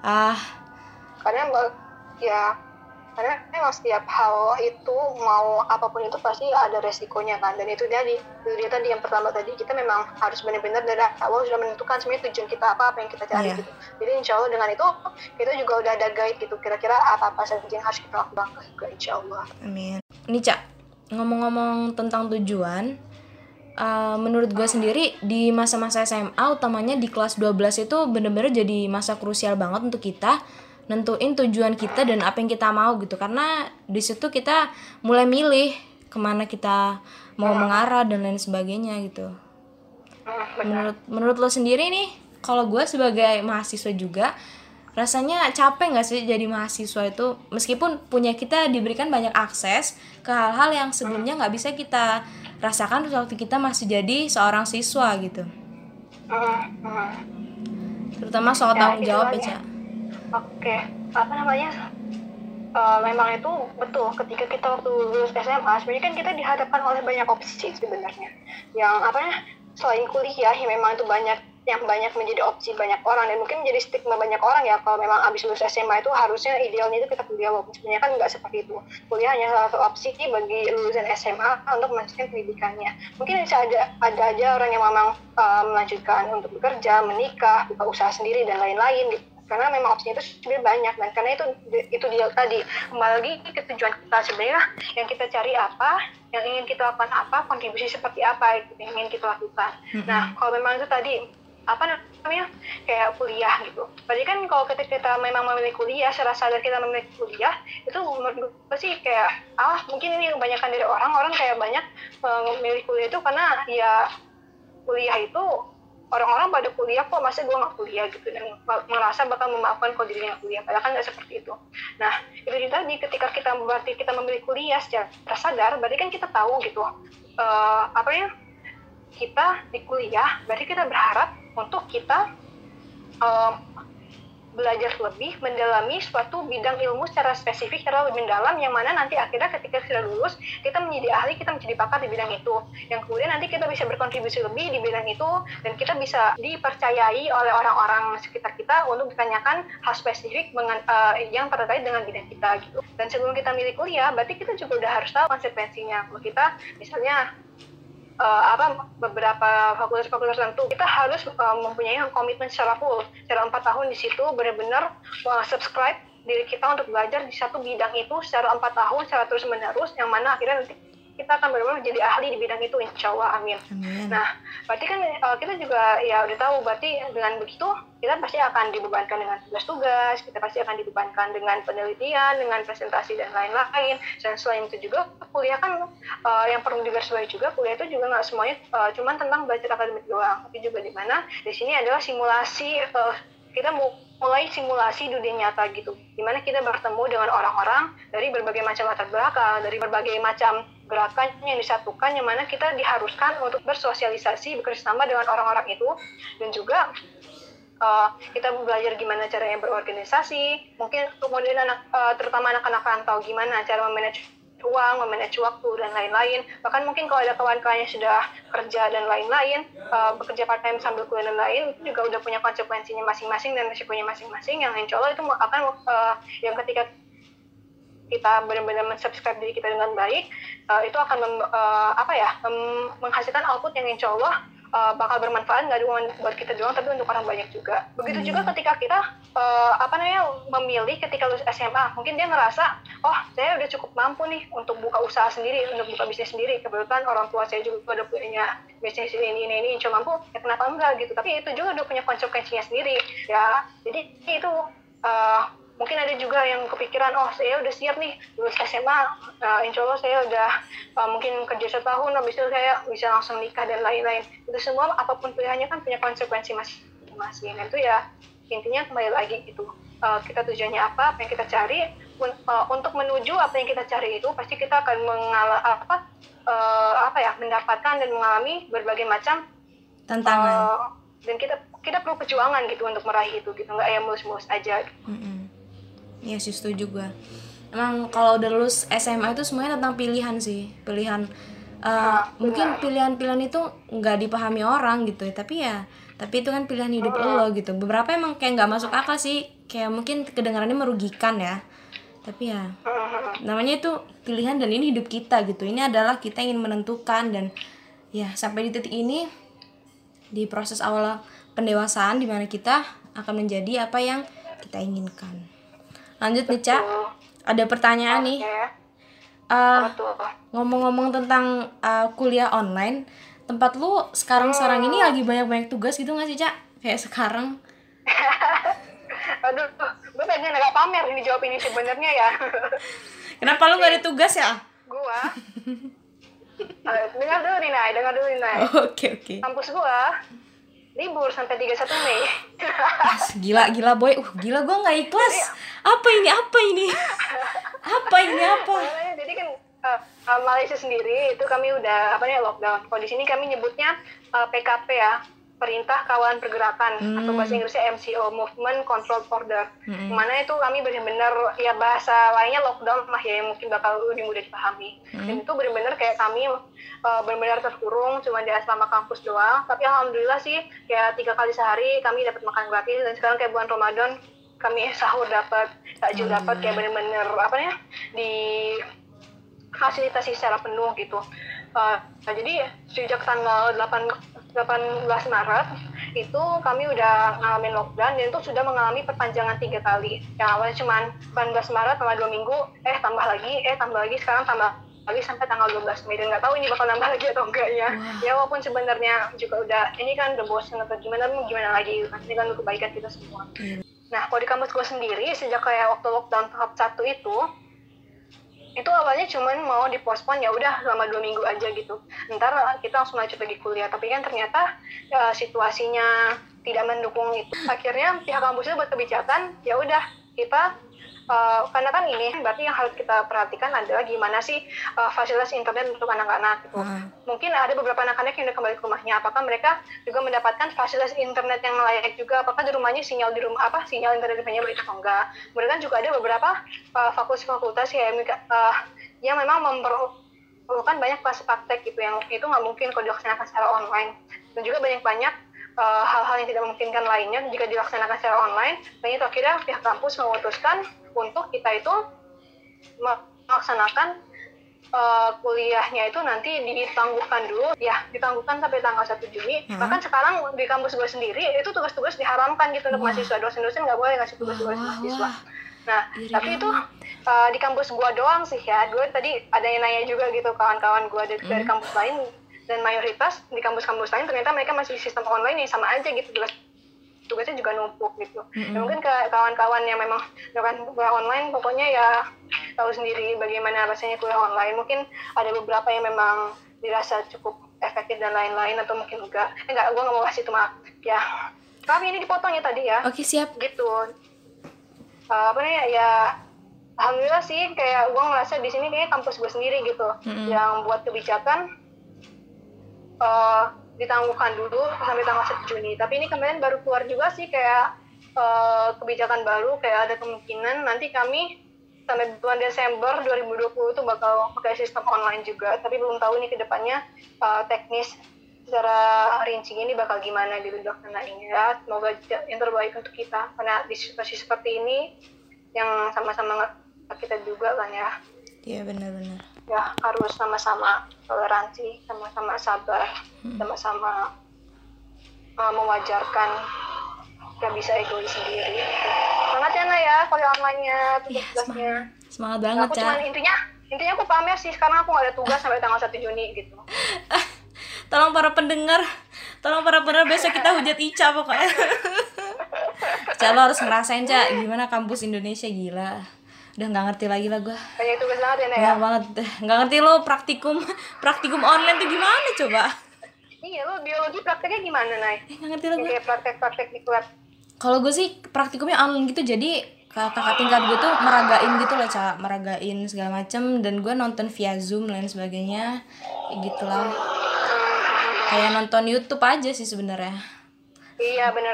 karena memang setiap hal itu mau apapun itu pasti ada resikonya kan, dan itu tadi yang pertama tadi, kita memang harus benar-benar dari awal sudah menentukan sebenarnya tujuan kita apa yang kita cari gitu. Jadi insya Allah dengan itu kita juga udah ada guide gitu, kira-kira apa saja yang harus kita lakukan juga insya Allah. Amin. Ini Cak, ngomong-ngomong tentang tujuan, menurut gue sendiri di masa-masa SMA, utamanya di kelas 12 itu benar-benar jadi masa krusial banget untuk kita nentuin tujuan kita dan apa yang kita mau gitu, karena di situ kita mulai milih kemana kita mau mengarah dan lain sebagainya gitu. Menurut lo sendiri nih, kalau gue sebagai mahasiswa juga, rasanya capek nggak sih jadi mahasiswa itu, meskipun kita diberikan banyak akses ke hal-hal yang sebelumnya nggak bisa kita rasakan waktu kita masih jadi seorang siswa gitu, terutama soal tanggung jawab ya Cak. Oke, memang itu betul. Ketika kita waktu lulus SMA, sebenarnya kan kita dihadapkan oleh banyak opsi sebenarnya. Yang selain kuliah, yang memang itu banyak yang banyak menjadi opsi banyak orang, dan mungkin menjadi stigma banyak orang ya kalau memang abis lulus SMA itu harusnya idealnya itu kita kuliah, walaupun sebenarnya kan nggak seperti itu. Kuliah hanya salah satu opsi bagi lulusan SMA untuk melanjutkan pendidikannya. Mungkin bisa ada aja orang yang memang melanjutkan untuk bekerja, menikah, buka usaha sendiri dan lain-lain gitu, karena memang opsinya itu sebenarnya banyak. Dan karena itu dia tadi, kembali lagi ke tujuan kita sebenarnya, yang kita cari apa, yang ingin kita lakukan apa, kontribusi seperti apa yang ingin kita lakukan. Nah, kalau memang itu tadi apa namanya kayak kuliah gitu, berarti kan kalau ketika kita memang memilih kuliah, secara sadar kita memilih kuliah, itu menurut gue sih kayak mungkin ini kebanyakan dari orang kayak banyak memilih kuliah itu karena ya kuliah itu orang-orang pada kuliah kok, masa gue nggak kuliah gitu, dan merasa bakal memaafkan kalau dirinya nggak kuliah, padahal kan nggak seperti itu. Nah, itu tadi, ketika kita memilih kuliah secara sadar, berarti kan kita tahu gitu kita di kuliah, berarti kita berharap untuk kita belajar lebih, mendalami suatu bidang ilmu secara spesifik, secara lebih mendalam, yang mana nanti akhirnya ketika sudah lulus, kita menjadi ahli, kita menjadi pakar di bidang itu, yang kemudian nanti kita bisa berkontribusi lebih di bidang itu, dan kita bisa dipercayai oleh orang-orang sekitar kita untuk ditanyakan hal spesifik yang terkait dengan bidang kita gitu. Dan sebelum kita milih kuliah, berarti kita juga udah harus tahu konsekuensinya. Kalau kita misalnya beberapa fakultas tertentu, kita harus mempunyai komitmen secara full, secara 4 tahun di situ benar-benar subscribe diri kita untuk belajar di satu bidang itu secara 4 tahun, secara terus menerus, yang mana akhirnya nanti kita akan benar-benar menjadi ahli di bidang itu, insya Allah, amin. Nah, berarti kan kita juga ya udah tahu, berarti dengan begitu kita pasti akan dibebankan dengan tugas-tugas, kita pasti akan dibebankan dengan penelitian, dengan presentasi dan lain-lain. Dan selain itu juga kuliah kan yang perlu digarisbawahi juga, kuliah itu juga nggak semuanya cuma tentang belajar akademik doang, tapi juga di mana di sini adalah simulasi, kita mulai simulasi dunia nyata gitu, dimana kita bertemu dengan orang-orang dari berbagai macam latar belakang, dari berbagai macam gerakan yang disatukan, yang mana kita diharuskan untuk bersosialisasi, bekerjasama dengan orang-orang itu, dan juga kita belajar gimana caranya berorganisasi, mungkin kemudian terutama anak-anak rantau gimana cara memanage uang, memanage waktu, dan lain-lain. Bahkan mungkin kalau ada kawan-kawan yang sudah kerja dan lain-lain, bekerja part-time sambil kuliah dan lain, itu juga udah punya konsekuensinya masing-masing dan risikonya masing-masing, yang insya Allah itu akan yang ketika kita benar-benar mensubscribe diri kita dengan baik, itu akan menghasilkan output yang insya Allah bakal bermanfaat, nggak cuma buat kita doang, tapi untuk orang banyak juga. Begitu juga ketika kita memilih ketika lulus SMA, mungkin dia ngerasa, oh saya udah cukup mampu nih untuk buka usaha sendiri, untuk buka bisnis sendiri. Kebetulan orang tua saya juga udah punya bisnis ini insya mampu, ya kenapa enggak gitu. Tapi itu juga udah punya konsekuensinya sendiri ya. Jadi itu mungkin ada juga yang kepikiran, oh saya udah siap nih lulus SMA, insya Allah saya udah mungkin kerja 1 tahun, habis itu saya bisa langsung nikah dan lain-lain. Itu semua apapun pilihannya kan punya konsekuensi masing-masing. Itu ya intinya kembali lagi gitu, kita tujuannya apa yang kita cari, untuk menuju apa yang kita cari itu pasti kita akan mendapatkan dan mengalami berbagai macam tantangan, dan kita perlu perjuangan gitu untuk meraih itu gitu, nggak ya mulus-mulus aja gitu. Iya sih, setuju gue. Emang kalau udah lulus SMA itu semuanya tentang pilihan sih, pilihan. Mungkin pilihan-pilihan itu nggak dipahami orang gitu ya, tapi itu kan pilihan hidup lo gitu. Beberapa emang kayak nggak masuk akal sih, kayak mungkin kedengarannya merugikan ya, tapi ya namanya itu pilihan, dan ini hidup kita gitu. Ini adalah kita ingin menentukan, dan ya sampai di titik ini, di proses awal pendewasaan, dimana kita akan menjadi apa yang kita inginkan. Lanjut nih, Ca. Ada pertanyaan nih. Ngomong-ngomong tentang kuliah online, tempat lu sekarang ini lagi banyak tugas gitu nggak sih, Ca? Kayak sekarang. Aduh, gue pengen agak pamer ini jawab ini sebenarnya ya. Kenapa lu nggak ada tugas ya? Gua dengar dulu nih, Nay. Oke. Kampus gua libur sampai 31 Mei. Gila boy. Gila, gue nggak ikhlas. Apa ini? Jadi kan Malaysia sendiri itu kami udah lockdown. Kalau di sini kami nyebutnya PKP ya, perintah kawalan pergerakan atau bahasa Inggrisnya MCO, Movement Control Order. Mana itu kami benar-benar ya bahasa lainnya lockdown lah ya, yang mungkin bakal lebih mudah dipahami. Dan itu benar-benar kayak kami benar-benar terkurung cuma di asrama kampus doang. Tapi alhamdulillah sih kayak 3 kali sehari kami dapat makan gratis, dan sekarang kayak bulan Ramadan kami sahur dapat, takjil dapat, kayak benar-benar di fasilitasi secara penuh gitu. Jadi sejak tanggal 18 Maret itu kami udah ngalamin lockdown, dan itu sudah mengalami perpanjangan 3 kali. Yang awalnya cuma 18 Maret selama 2 minggu, tambah lagi, sekarang tambah lagi sampai tanggal 12 Mei, dan nggak tahu ini bakal nambah lagi atau enggak ya. Ya walaupun sebenarnya juga udah, ini kan udah bosan atau gimana lagi, ini kan untuk kebaikan kita semua. Nah, kalau di kampus gue sendiri, sejak kayak waktu lockdown tahap 1 itu awalnya cuman mau dipospon, ya udah selama 2 minggu aja gitu, ntar kita langsung lanjut lagi kuliah. Tapi kan ternyata situasinya tidak mendukung itu. Akhirnya pihak kampusnya buat kebijakan, ya udah kita karena kan ini berarti yang harus kita perhatikan adalah gimana sih fasilitas internet untuk anak-anak gitu. Mungkin ada beberapa anak-anak yang udah kembali ke rumahnya, apakah mereka juga mendapatkan fasilitas internet yang layak juga, apakah di rumahnya sinyal internet di rumahnya baik atau enggak. Kemudian kan juga ada beberapa fakultas ya yang memang memerlukan banyak kelas praktek gitu, yang itu nggak mungkin kalau dilaksanakan secara online, dan juga banyak hal-hal yang tidak memungkinkan lainnya jika dilaksanakan secara online. Dan itu akhirnya pihak kampus memutuskan untuk kita itu melaksanakan kuliahnya itu nanti ditangguhkan dulu, ya ditangguhkan sampai tanggal 1 Juni. Bahkan sekarang di kampus gue sendiri itu tugas-tugas diharamkan gitu untuk mahasiswa, dosen-dosen nggak boleh ngasih tugas-tugas mahasiswa. Nah, tapi itu di kampus gue doang sih ya. Gue tadi ada yang nanya juga gitu, kawan-kawan gue dari kampus lain, dan mayoritas di kampus-kampus lain ternyata mereka masih sistem online yang sama aja gitu, tugasnya juga numpuk gitu. Dan mungkin ke kawan-kawan yang memang melakukan kuliah online, pokoknya ya tahu sendiri bagaimana rasanya kuliah online. Mungkin ada beberapa yang memang dirasa cukup efektif dan lain-lain, atau mungkin enggak, gue nggak mau kasih itu, maaf ya. Tapi ini dipotong ya tadi ya. Oke, siap. Gitu. Ya alhamdulillah sih, kayak gue ngerasa di sini kayaknya kampus gue sendiri gitu yang buat kebijakan ditangguhkan dulu sampai tanggal 1 Juni. Tapi ini kemarin baru keluar juga sih kayak kebijakan baru, kayak ada kemungkinan nanti kami sampai bulan Desember 2020 itu bakal pakai sistem online juga. Tapi belum tahu nih ke depannya teknis secara rinci ini bakal gimana gitu ini ya. Semoga yang terbaik untuk kita, karena di situasi seperti ini yang sama-sama kita juga kan ya. Iya, benar-benar. Ya harus sama-sama toleransi, sama-sama sabar, sama-sama mewajarkan gak bisa egois sendiri. Semangat ya Nay ya, kuliah online-nya, tugas-tugasnya. Semangat banget, Ca. Cuman intinya aku pamer sih, sekarang aku gak ada tugas sampai tanggal 1 Juni gitu. Tolong para pendengar besok kita hujat Ica pokoknya. Ca, lo harus ngerasain, Ca, gimana kampus Indonesia, gila. Udah nggak ngerti lagi lah gue. Banyak tugas banget ya, Nay ya? Banyak banget. Nggak ngerti lo praktikum online tuh gimana coba? Iya, lo biologi prakteknya gimana, Nay? Nggak ngerti lah gue. Kayak praktek di lab. Kalau gue sih praktikumnya online gitu, jadi kakak tingkat gue tuh meragain gitu loh, Ca, meragain segala macem, dan gue nonton via Zoom dan lain sebagainya, kayak gitulah. Kayak nonton YouTube aja sih sebenarnya. Iya, benar.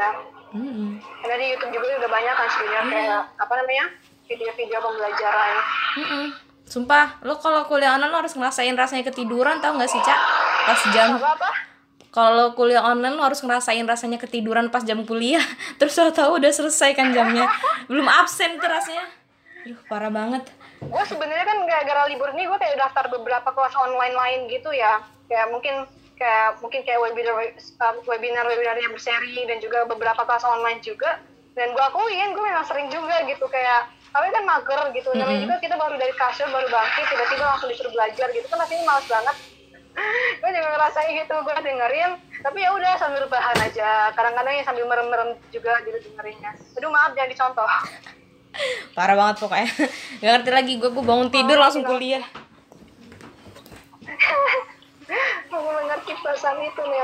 Karena di YouTube juga udah banyak kan sebenarnya kayak video-video pembelajaran. Sumpah, lo kalau kuliah online lo harus ngerasain rasanya ketiduran, tau gak sih, Ca? Pas jam kalau kuliah online lo harus ngerasain rasanya ketiduran pas jam kuliah. Terus lo tahu udah selesai kan jamnya, belum absen tuh rasanya. Aduh, parah banget. Gue sebenarnya kan gara-gara libur ini gue kayak daftar beberapa kelas online lain gitu ya. Kayak mungkin kayak webinar yang berseri, dan juga beberapa kelas online juga. Dan gue akuin gue memang sering juga gitu, kayak tapi kan mager gitu. Namanya juga kita baru dari kasur, baru bangkit, tiba-tiba langsung disuruh belajar gitu kan, rasanya males banget. Gue juga ngerasain gitu, gue dengerin, tapi ya udah sambil rebahan aja. Kadang-kadang ya sambil merem-merem juga gitu dengerinnya. Aduh maaf, jangan dicontoh. Parah banget pokoknya. Gak ngerti lagi, gue bangun tidur langsung kuliah. Aku mengerti perasaan itu nih,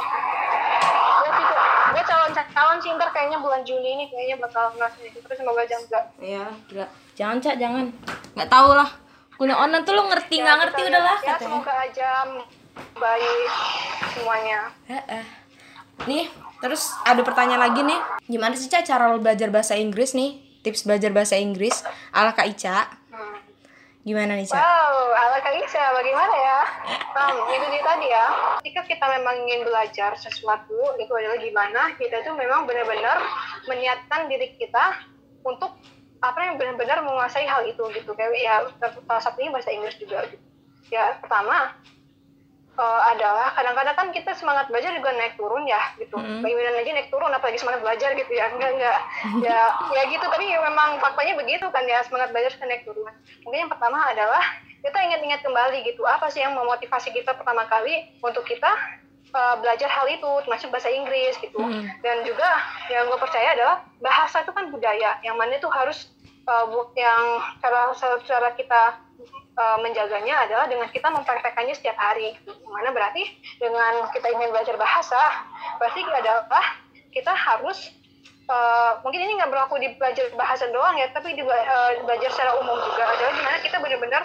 gue calon sih ntar kayaknya bulan Juni ini kayaknya bakal ngerasain itu, terus semoga aja enggak. Iya, jangan, Ca, jangan. Nggak tahu lah. Kuliah online tuh lo ngerti nggak ngerti udahlah ya, katanya. Semoga aja baik semuanya. Nih, terus ada pertanyaan lagi nih. Gimana sih, Ca, cara lo belajar bahasa Inggris nih? Tips belajar bahasa Inggris ala Kak Ica. Gimana nih, Ca? Wow, ala Kak Ica, bagaimana ya? Itu dia tadi ya. Ketika kita memang ingin belajar sesuatu, itu adalah gimana kita itu memang benar-benar menyiapkan diri kita untuk apa yang benar-benar menguasai hal itu gitu. Kayak ya salah satunya bahasa Inggris juga. Gitu. Ya pertama adalah kadang-kadang kan kita semangat belajar juga naik turun ya gitu. Keinginan aja naik turun apalagi semangat belajar gitu ya. Enggak. Ya gitu, tapi memang faktanya begitu kan ya, semangat belajar suka naik turun. Mungkin yang pertama adalah kita ingat-ingat kembali gitu, apa sih yang memotivasi kita pertama kali untuk kita belajar hal itu, termasuk bahasa Inggris gitu. Dan juga yang gue percaya adalah bahasa itu kan budaya, yang mana itu harus yang cara kita menjaganya adalah dengan kita mempraktekannya setiap hari. Mana berarti dengan kita ingin belajar bahasa, berarti adalah kita harus mungkin ini nggak berlaku di belajar bahasa doang ya, tapi di belajar secara umum juga adalah gimana kita benar-benar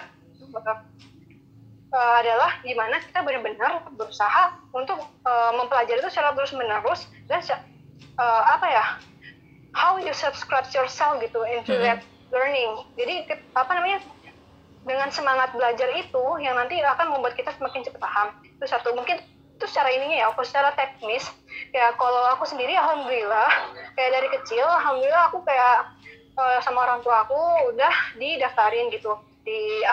adalah gimana kita benar-benar berusaha untuk mempelajari itu secara terus-menerus dan how you subscribe yourself gitu into that learning. Jadi dengan semangat belajar itu yang nanti akan membuat kita semakin cepat paham. Itu satu. Mungkin itu secara ininya ya, aku secara teknis ya, kalau aku sendiri alhamdulillah kayak dari kecil alhamdulillah aku kayak sama orang tua aku udah didaftarin gitu di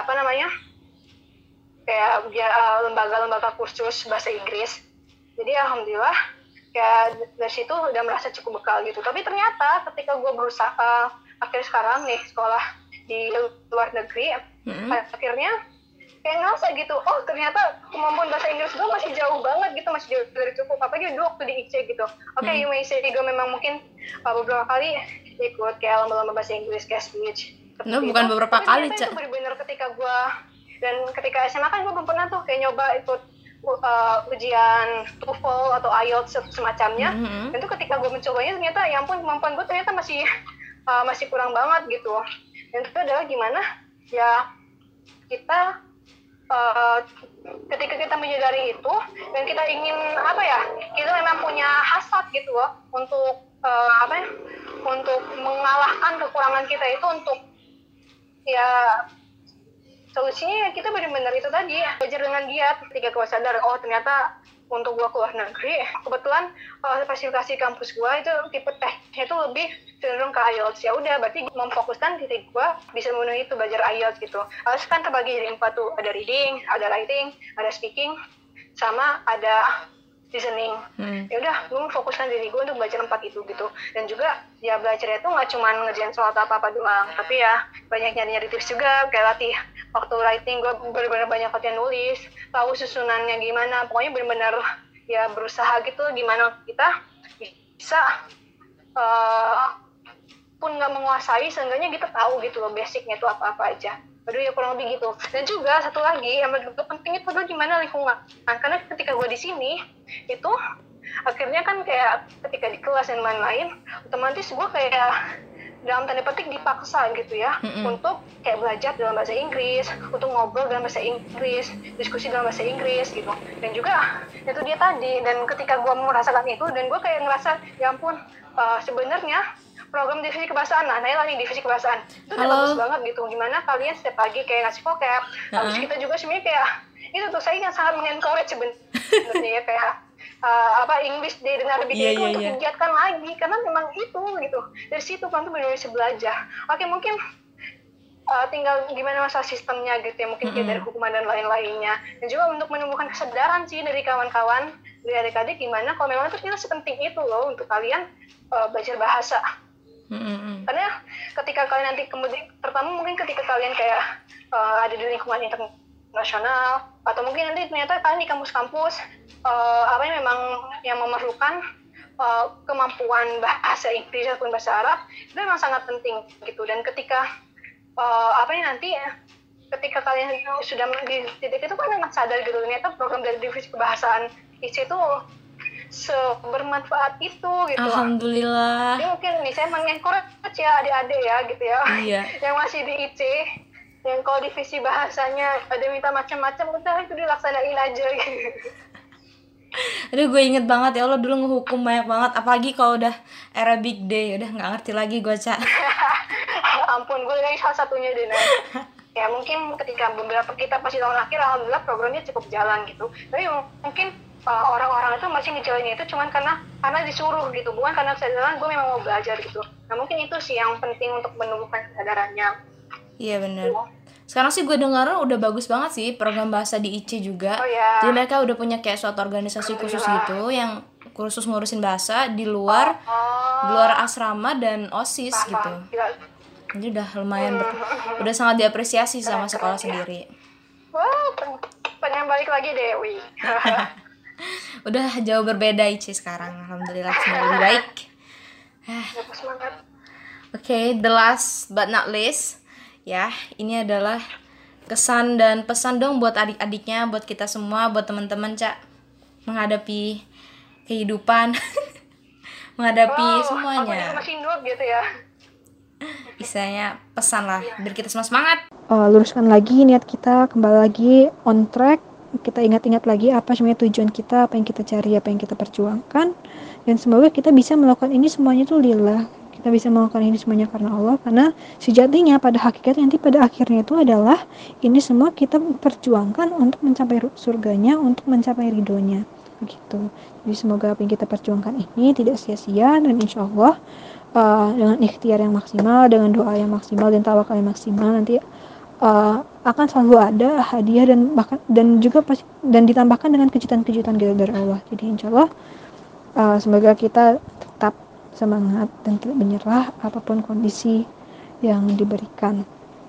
kayak lembaga-lembaga kursus bahasa Inggris. Jadi alhamdulillah kayak dari situ udah merasa cukup bekal gitu. Tapi ternyata ketika gue berusaha akhirnya sekarang nih sekolah di luar negeri, akhirnya kayak ngerasa gitu, oh ternyata kemampuan bahasa Inggris gue masih jauh banget gitu, masih jauh dari cukup. Apalagi dulu waktu di IC gitu. Oke, you may say gue memang mungkin beberapa kali ikut kayak lomba-lomba bahasa Inggris, kayak speech. Bukan beberapa kali, Cak. Itu benar-benar ketika gue, dan ketika SMA kan gue belum pernah tuh kayak nyoba ikut ujian TOEFL atau IELTS semacamnya. Dan itu ketika gue mencobanya ternyata ya ampun, kemampuan gue ternyata masih kurang banget gitu. Dan itu adalah gimana ya kita ketika kita menyadari itu dan kita ingin kita memang punya hasrat gitu loh untuk untuk mengalahkan kekurangan kita itu, untuk ya solusinya kita benar-benar itu tadi, belajar dengan giat. Ketika gue sadar, oh ternyata untuk gue keluar negeri, kebetulan fasilitasi kampus gue itu tipe teknya itu lebih cenderung ke IELTS. Ya udah, berarti memfokuskan diri gue bisa memenuhi itu belajar IELTS gitu. IELTS kan terbagi jadi 4 tuh, ada reading, ada writing, ada speaking, sama ada listening. Ya udah, gue memfokuskan diri gue untuk belajar 4 itu gitu. Dan juga ya belajarnya itu nggak cuma ngerjain soal apa-apa doang, tapi ya banyak nyari-nyari tips juga, kayak latih waktu writing gue benar-benar banyak latihan nulis, tahu susunannya gimana, pokoknya benar-benar ya berusaha gitu gimana kita bisa pun nggak menguasai, seenggaknya kita tahu gitu loh basicnya itu apa-apa aja. Aduh ya kurang lebih gitu. Dan juga satu lagi yang juga penting itu adalah gimana lingkungan. Karena ketika gue di sini itu akhirnya kan kayak ketika di kelas dan lain-lain, otomatis gue kayak dalam tanda petik dipaksa gitu ya untuk kayak belajar dalam bahasa Inggris, untuk ngobrol dalam bahasa Inggris, diskusi dalam bahasa Inggris gitu. Dan juga itu dia tadi, dan ketika gue merasakan itu dan gue kayak ngerasa ya ampun, sebenarnya program divisi kebahasaan, Naila nih divisi kebahasaan itu udah bagus banget gitu, gimana kalian setiap pagi kayak ngasih vocab, terus kita juga sebenarnya kayak itu tuh saya yang sangat mengencourage sebenarnya ya, kayak English Day dan Arabic Day itu untuk digiatkan lagi, karena memang itu gitu, dari situ kan tuh benar-benar bisa belajar. Oke, mungkin tinggal gimana masalah sistemnya gitu ya, mungkin kayak dari hukuman dan lain-lainnya, dan juga untuk menumbuhkan kesadaran sih dari kawan-kawan, dari adik-adik, gimana kalau memang itu ternyata sepenting itu loh untuk kalian belajar bahasa. Karena ketika kalian nanti kemudian, terutama mungkin ketika kalian kayak ada di lingkungan internasional, atau mungkin nanti ternyata kalian di kampus-kampus memang yang memerlukan kemampuan bahasa Inggris ataupun bahasa Arab, itu memang sangat penting gitu. Dan ketika nanti ketika kalian sudah di titik itu kan memang sadar gitu, ternyata program dari divisi kebahasaan IC itu bermanfaat itu gitu. Alhamdulillah. Jadi mungkin nih saya mengencourage ya adik-adik ya gitu ya, yang masih di IC, yang kalau divisi bahasanya ada minta macam-macam, udah itu dilaksanain aja gitu. Aduh, gue inget banget ya Allah dulu ngehukum banyak banget, apalagi kalau udah Arabic Day, udah nggak ngerti lagi gue, Cak. Ampun, gue dari salah satunya deh. Ya mungkin ketika beberapa kita pasti tahun akhir, alhamdulillah programnya cukup jalan gitu. Tapi mungkin orang-orang itu masih ngejalanin itu cuman karena disuruh gitu, bukan karena kesadaran gue memang mau belajar gitu. Nah mungkin itu sih yang penting untuk menumbuhkan kesadarannya. Iya benar. Sekarang sih gue dengar udah bagus banget sih program bahasa di IC juga. Oh ya. Jadi mereka udah punya kayak suatu organisasi khusus gitu yang khusus ngurusin bahasa di luar asrama dan OSIS gitu. Jadi udah lumayan udah sangat diapresiasi sama sekolah sendiri. Wow, pengen balik lagi Dewi. Udah jauh berbeda IC sekarang, alhamdulillah sudah lebih baik. Semangat. Oke, the last but not least, ya ini adalah kesan dan pesan dong buat adik-adiknya, buat kita semua, buat teman-teman, Cak, menghadapi kehidupan, menghadapi semuanya. Masih nuak gitu ya. Istilahnya pesan lah, biar kita semua semangat. Luruskan lagi niat kita, kembali lagi on track. Kita ingat-ingat lagi apa sebenarnya tujuan kita, apa yang kita cari, apa yang kita perjuangkan, dan semoga kita bisa melakukan ini semuanya itu lillah. Kita bisa melakukan ini semuanya karena Allah, karena sejatinya pada hakikatnya nanti pada akhirnya itu adalah ini semua kita perjuangkan untuk mencapai surganya, untuk mencapai ridhonya begitu. Jadi semoga apa yang kita perjuangkan ini tidak sia-sia, dan insya Allah dengan ikhtiar yang maksimal, dengan doa yang maksimal dan tawakal yang maksimal, nanti akan selalu ada hadiah dan juga pasti dan ditambahkan dengan kejutan-kejutan gitu dari Allah. Jadi insya Allah semoga kita tetap semangat dan tidak menyerah apapun kondisi yang diberikan.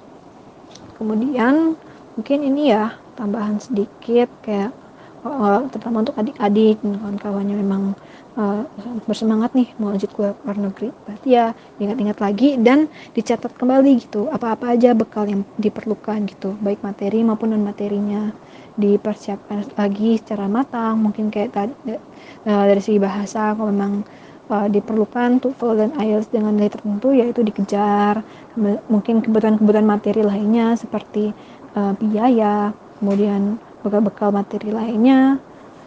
Kemudian mungkin ini ya tambahan sedikit kayak terutama untuk adik-adik dan kawan-kawannya memang bersemangat nih mau lanjut ke luar negeri, berarti ya ingat-ingat lagi dan dicatat kembali gitu apa-apa aja bekal yang diperlukan gitu, baik materi maupun non materinya dipersiapkan lagi secara matang. Mungkin kayak dari segi bahasa kalau memang diperlukan TOEFL dan IELTS dengan nilai tertentu, yaitu dikejar. Mungkin kebutuhan-kebutuhan materi lainnya seperti biaya, kemudian bekal-bekal materi lainnya,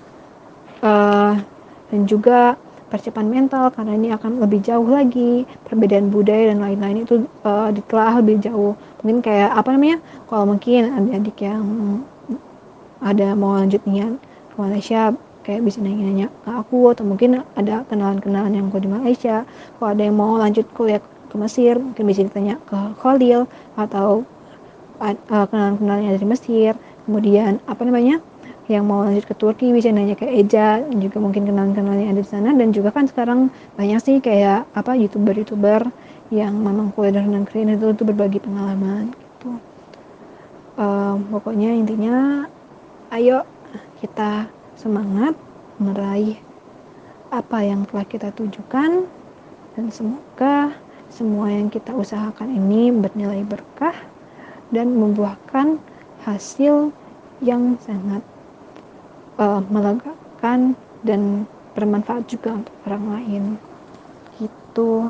dan juga persiapan mental, karena ini akan lebih jauh lagi, perbedaan budaya dan lain-lain itu ditelaah lebih jauh. Mungkin kayak kalau mungkin adik-adik yang ada mau lanjut niat ke Malaysia, kayak bisa nanya-nanya ke aku, atau mungkin ada kenalan-kenalan yang di Malaysia. Kalau ada yang mau lanjut kuliah ke Mesir, mungkin bisa ditanya ke Khalil, atau kenalan-kenalan yang dari Mesir. Kemudian yang mau lanjut ke Turki bisa nanya ke Eja, dan juga mungkin kenalan-kenalan yang ada di sana. Dan juga kan sekarang banyak sih kayak youtuber yang memang kuliah dari negeri itu berbagi pengalaman gitu. Pokoknya intinya ayo kita semangat meraih apa yang telah kita tujukan, dan semoga semua yang kita usahakan ini bernilai berkah dan membuahkan hasil yang sangat melegakan dan bermanfaat juga untuk orang lain gitu.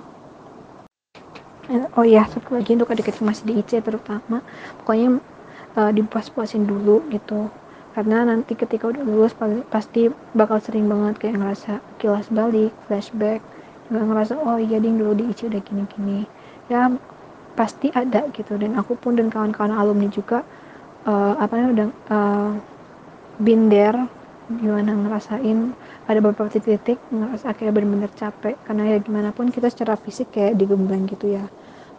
Oh ya, satu lagi untuk adik-adik masih di IC terutama, pokoknya dipuas-puasin dulu gitu, karena nanti ketika udah lulus pasti bakal sering banget kayak ngerasa kilas balik, flashback, juga ngerasa oh iya ding dulu di IC udah gini-gini ya, pasti ada gitu. Dan aku pun dan kawan-kawan alumni juga udah been there, gimana ngerasain ada beberapa titik ngerasa kayak benar-benar capek, karena ya gimana pun kita secara fisik kayak digembleng gitu ya,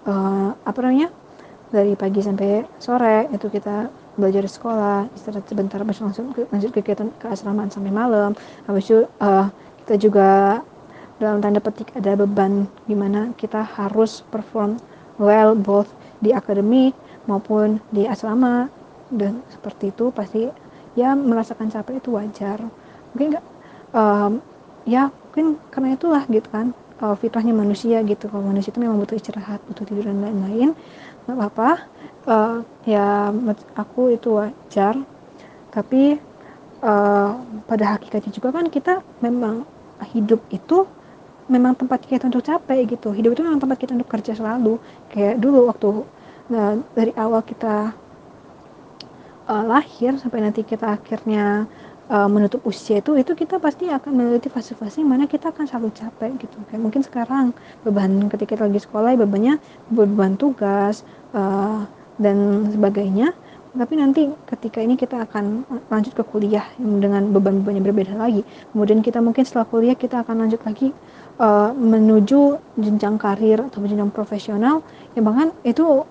dari pagi sampai sore itu kita belajar di sekolah, istirahat sebentar, habis langsung lanjut kegiatan keasramaan sampai malam. Habis itu kita juga dalam tanda petik ada beban gimana kita harus perform well both di akademik maupun di asrama, dan seperti itu pasti ya merasakan capek itu wajar. Mungkin mungkin karena itulah gitu kan, fitrahnya manusia gitu. Kalau manusia itu memang butuh istirahat, butuh tidur dan lain-lain, nggak apa-apa. Ya aku itu wajar, tapi pada hakikatnya juga kan kita memang hidup itu memang tempat kita untuk capek gitu. Hidup itu memang tempat kita untuk kerja selalu. Kayak dulu waktu dari awal kita lahir sampai nanti kita akhirnya menutup usia itu kita pasti akan melewati fase-fase mana kita akan selalu capek gitu. Kayak mungkin sekarang beban ketika kita lagi sekolah bebannya beban tugas dan sebagainya, tapi nanti ketika ini kita akan lanjut ke kuliah yang dengan beban-bebannya berbeda lagi. Kemudian kita mungkin setelah kuliah kita akan lanjut lagi menuju jenjang karir atau jenjang profesional yang bahkan itu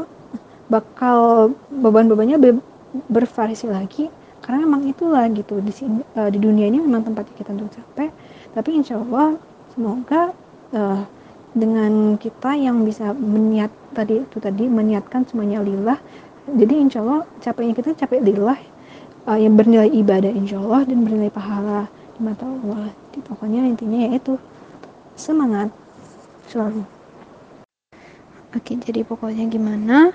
bakal beban-bebannya bervariasi lagi. Karena memang itulah gitu di dunia ini memang tempatnya kita untuk capek, tapi insya Allah semoga dengan kita yang bisa meniatkan semuanya lillah, jadi insya Allah capeknya kita capek lillah yang bernilai ibadah insya Allah dan bernilai pahala di mata Allah. Jadi pokoknya intinya yaitu semangat selalu. Oke, jadi pokoknya gimana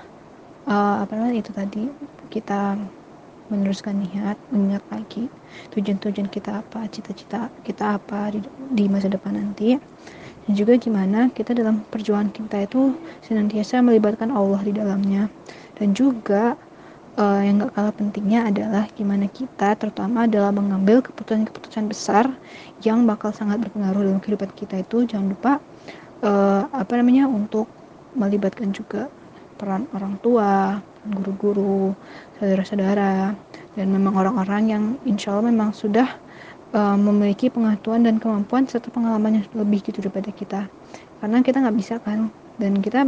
itu tadi kita meneruskan niat, mengingat lagi tujuan-tujuan kita apa, cita-cita kita apa di masa depan nanti, dan juga gimana kita dalam perjuangan kita itu senantiasa melibatkan Allah di dalamnya, dan juga yang gak kalah pentingnya adalah gimana kita terutama dalam mengambil keputusan-keputusan besar yang bakal sangat berpengaruh dalam kehidupan kita itu jangan lupa untuk melibatkan juga peran orang tua, guru-guru, saudara-saudara, dan memang orang-orang yang insya Allah memang sudah memiliki pengetahuan dan kemampuan serta pengalaman yang lebih gitu daripada kita. Karena kita nggak bisa kan, dan kita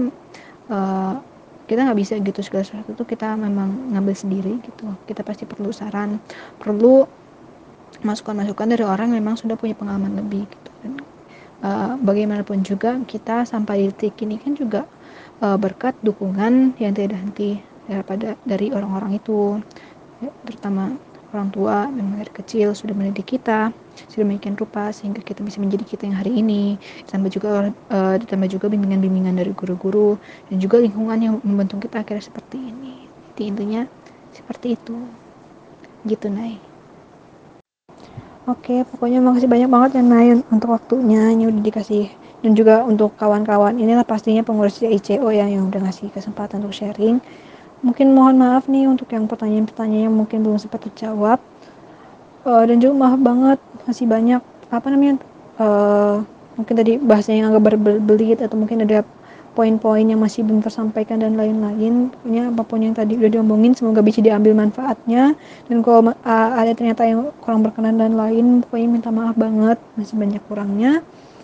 nggak bisa gitu segala sesuatu itu kita memang ngambil sendiri gitu. Kita pasti perlu saran, perlu masukan-masukan dari orang yang memang sudah punya pengalaman lebih gitu. Dan bagaimanapun juga kita sampai di titik ini kan juga berkat dukungan yang tidak henti dari orang-orang itu, terutama orang tua memang dari kecil sudah mendidik kita, sudah memiliki rupa sehingga kita bisa menjadi kita yang hari ini. Ditambah juga bimbingan-bimbingan dari guru-guru dan juga lingkungan yang membentuk kita akhirnya seperti ini. Jadi intinya seperti itu gitu, Nay. Oke, pokoknya makasih banyak banget ya Nay untuk waktunya yang udah dikasih, dan juga untuk kawan-kawan inilah pastinya pengurus ICO yang udah ngasih kesempatan untuk sharing. Mungkin mohon maaf nih untuk yang pertanyaan-pertanyaan yang mungkin belum sempat terjawab, dan juga maaf banget masih banyak mungkin tadi bahasanya yang agak berbelit atau mungkin ada poin-poin yang masih belum tersampaikan dan lain-lain. Pokoknya apapun yang tadi udah diomongin semoga bisa diambil manfaatnya, dan kalau ada ternyata yang kurang berkenan dan lain, pokoknya minta maaf banget, masih banyak kurangnya.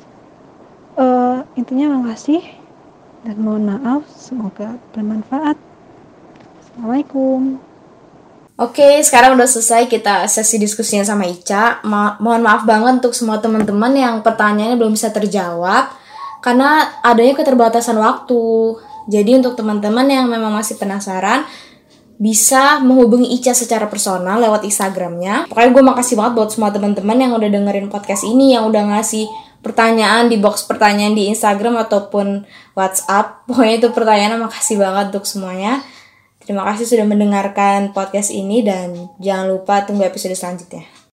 Intinya makasih dan mohon maaf, semoga bermanfaat. Assalamualaikum. Oke, sekarang udah selesai kita sesi diskusinya sama Ica. Mohon maaf banget untuk semua teman-teman yang pertanyaannya belum bisa terjawab karena adanya keterbatasan waktu. Jadi untuk teman-teman yang memang masih penasaran, bisa menghubungi Ica secara personal lewat Instagramnya. Pokoknya gue makasih banget buat semua teman-teman yang udah dengerin podcast ini, yang udah ngasih pertanyaan di box pertanyaan di Instagram ataupun WhatsApp. Pokoknya itu pertanyaan, makasih banget untuk semuanya. Terima kasih sudah mendengarkan podcast ini dan jangan lupa tunggu episode selanjutnya.